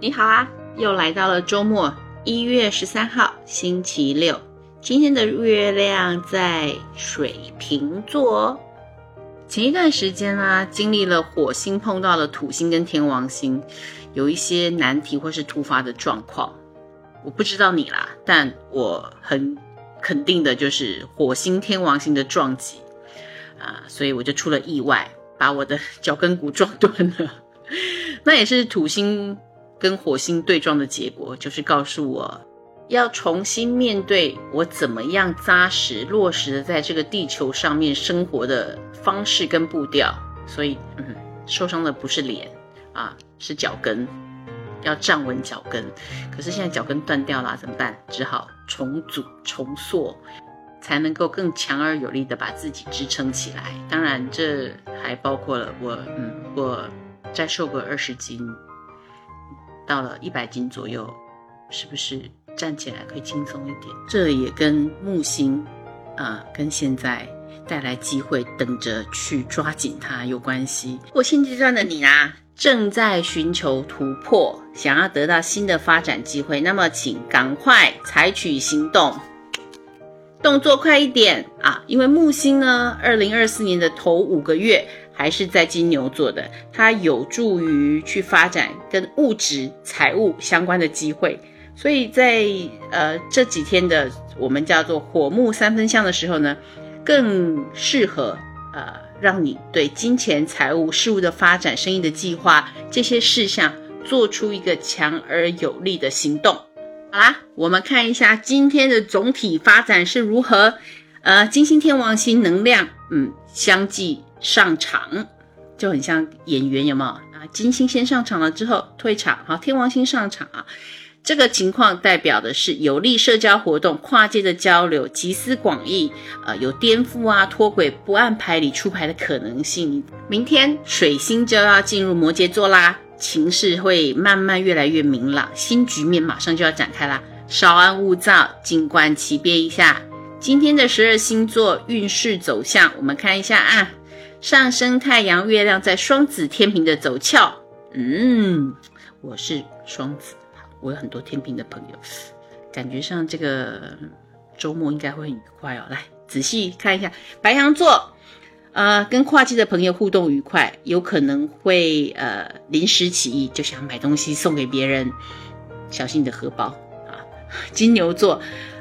你好啊，又来到了周末，1月13号星期六。今天的月亮在水瓶座哦。前一段时间啊，经历了火星碰到了土星跟天王星，有一些难题或是突发的状况。我不知道你啦，但我很肯定的就是火星天王星的撞击所以我就出了意外，把我的脚跟骨撞断了。那也是土星跟火星对撞的结果，就是告诉我要重新面对我怎么样扎实落实的在这个地球上面生活的方式跟步调。所以受伤的不是脸是脚跟，要站稳脚跟。可是现在脚跟断掉了怎么办？只好重组重塑，才能够更强而有力的把自己支撑起来。当然这还包括了我再瘦个20斤，到了100斤左右，是不是站起来可以轻松一点？这也跟木星跟现在带来机会，等着去抓紧它有关系。如果现阶段的你正在寻求突破，想要得到新的发展机会，那么请赶快采取行动，动作快一点因为木星呢2024年的头5个月还是在金牛座的，它有助于去发展跟物质财务相关的机会。所以在这几天的我们叫做火木三分相的时候呢，更适合让你对金钱财务事务的发展生意的计划这些事项做出一个强而有力的行动。好啦，我们看一下今天的总体发展是如何。金星天王星能量相继上场，就很像演员有没有金星先上场了之后退场，好，天王星上场这个情况代表的是有利社交活动、跨界的交流、集思广益，有颠覆脱轨、不按牌理出牌的可能性。明天水星就要进入摩羯座啦，情势会慢慢越来越明朗，新局面马上就要展开啦，稍安勿躁，静观其变一下。今天的12星座运势走向，我们看一下上升太阳月亮在双子天秤的走俏。我是双子，我有很多天秤的朋友，感觉上这个周末应该会很愉快来仔细看一下白羊座跟跨界的朋友互动愉快，有可能会临时起意就想买东西送给别人，小心你的荷包金牛座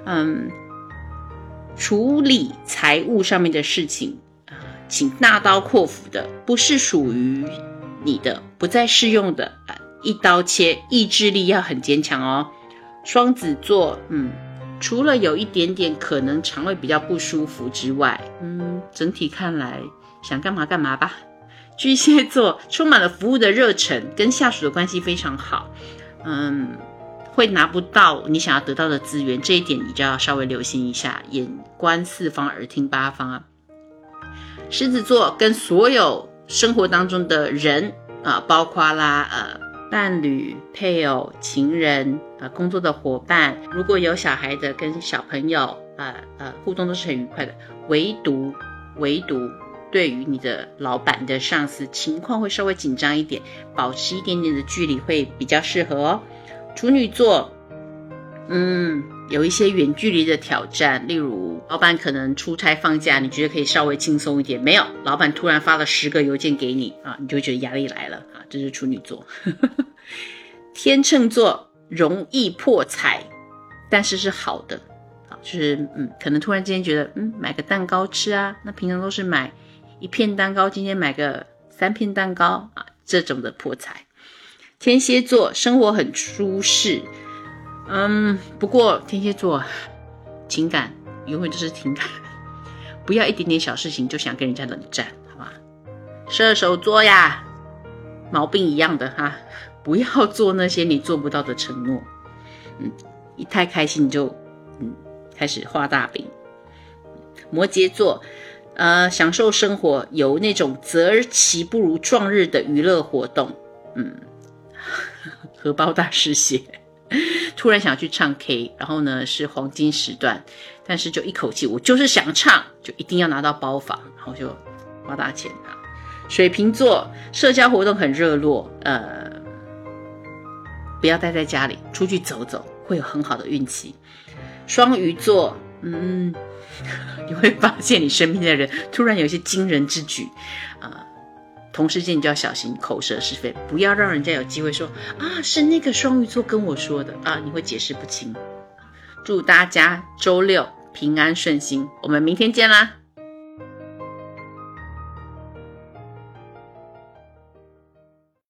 处理财务上面的事情请大刀阔斧的，不是属于你的不再适用的一刀切，意志力要很坚强哦。双子座除了有一点点可能肠胃比较不舒服之外整体看来想干嘛干嘛吧。巨蟹座充满了服务的热忱，跟下属的关系非常好会拿不到你想要得到的资源，这一点你就要稍微留心一下，眼观四方耳听八方狮子座跟所有生活当中的人包括伴侣、配偶、情人工作的伙伴，如果有小孩的跟小朋友互动都是很愉快的，唯独对于你的老板的上司情况会稍微紧张一点，保持一点点的距离会比较适合哦。处女座有一些远距离的挑战，例如老板可能出差放假，你觉得可以稍微轻松一点，没有，老板突然发了10个邮件给你你就会觉得压力来了这是处女座天秤座容易破财，但是是好的就是可能突然之间觉得买个蛋糕吃那平常都是买1片蛋糕，今天买个3片蛋糕这种的破财。天蝎座生活很舒适不过天蝎座情感永远都是情感，不要一点点小事情就想跟人家冷战，好吧？射手座毛病一样的不要做那些你做不到的承诺一太开心你就开始画大饼。摩羯座享受生活，有那种择其不如撞日的娱乐活动荷包大失血，突然想去唱 K， 然后呢是黄金时段，但是就一口气我就是想唱，就一定要拿到包房，然后就花大钱水瓶座社交活动很热络不要待在家里，出去走走，会有很好的运气。双鱼座，你会发现你身边的人突然有一些惊人之举，同事间你就要小心口舌是非，不要让人家有机会说是那个双鱼座跟我说的你会解释不清。祝大家周六平安顺心，我们明天见啦。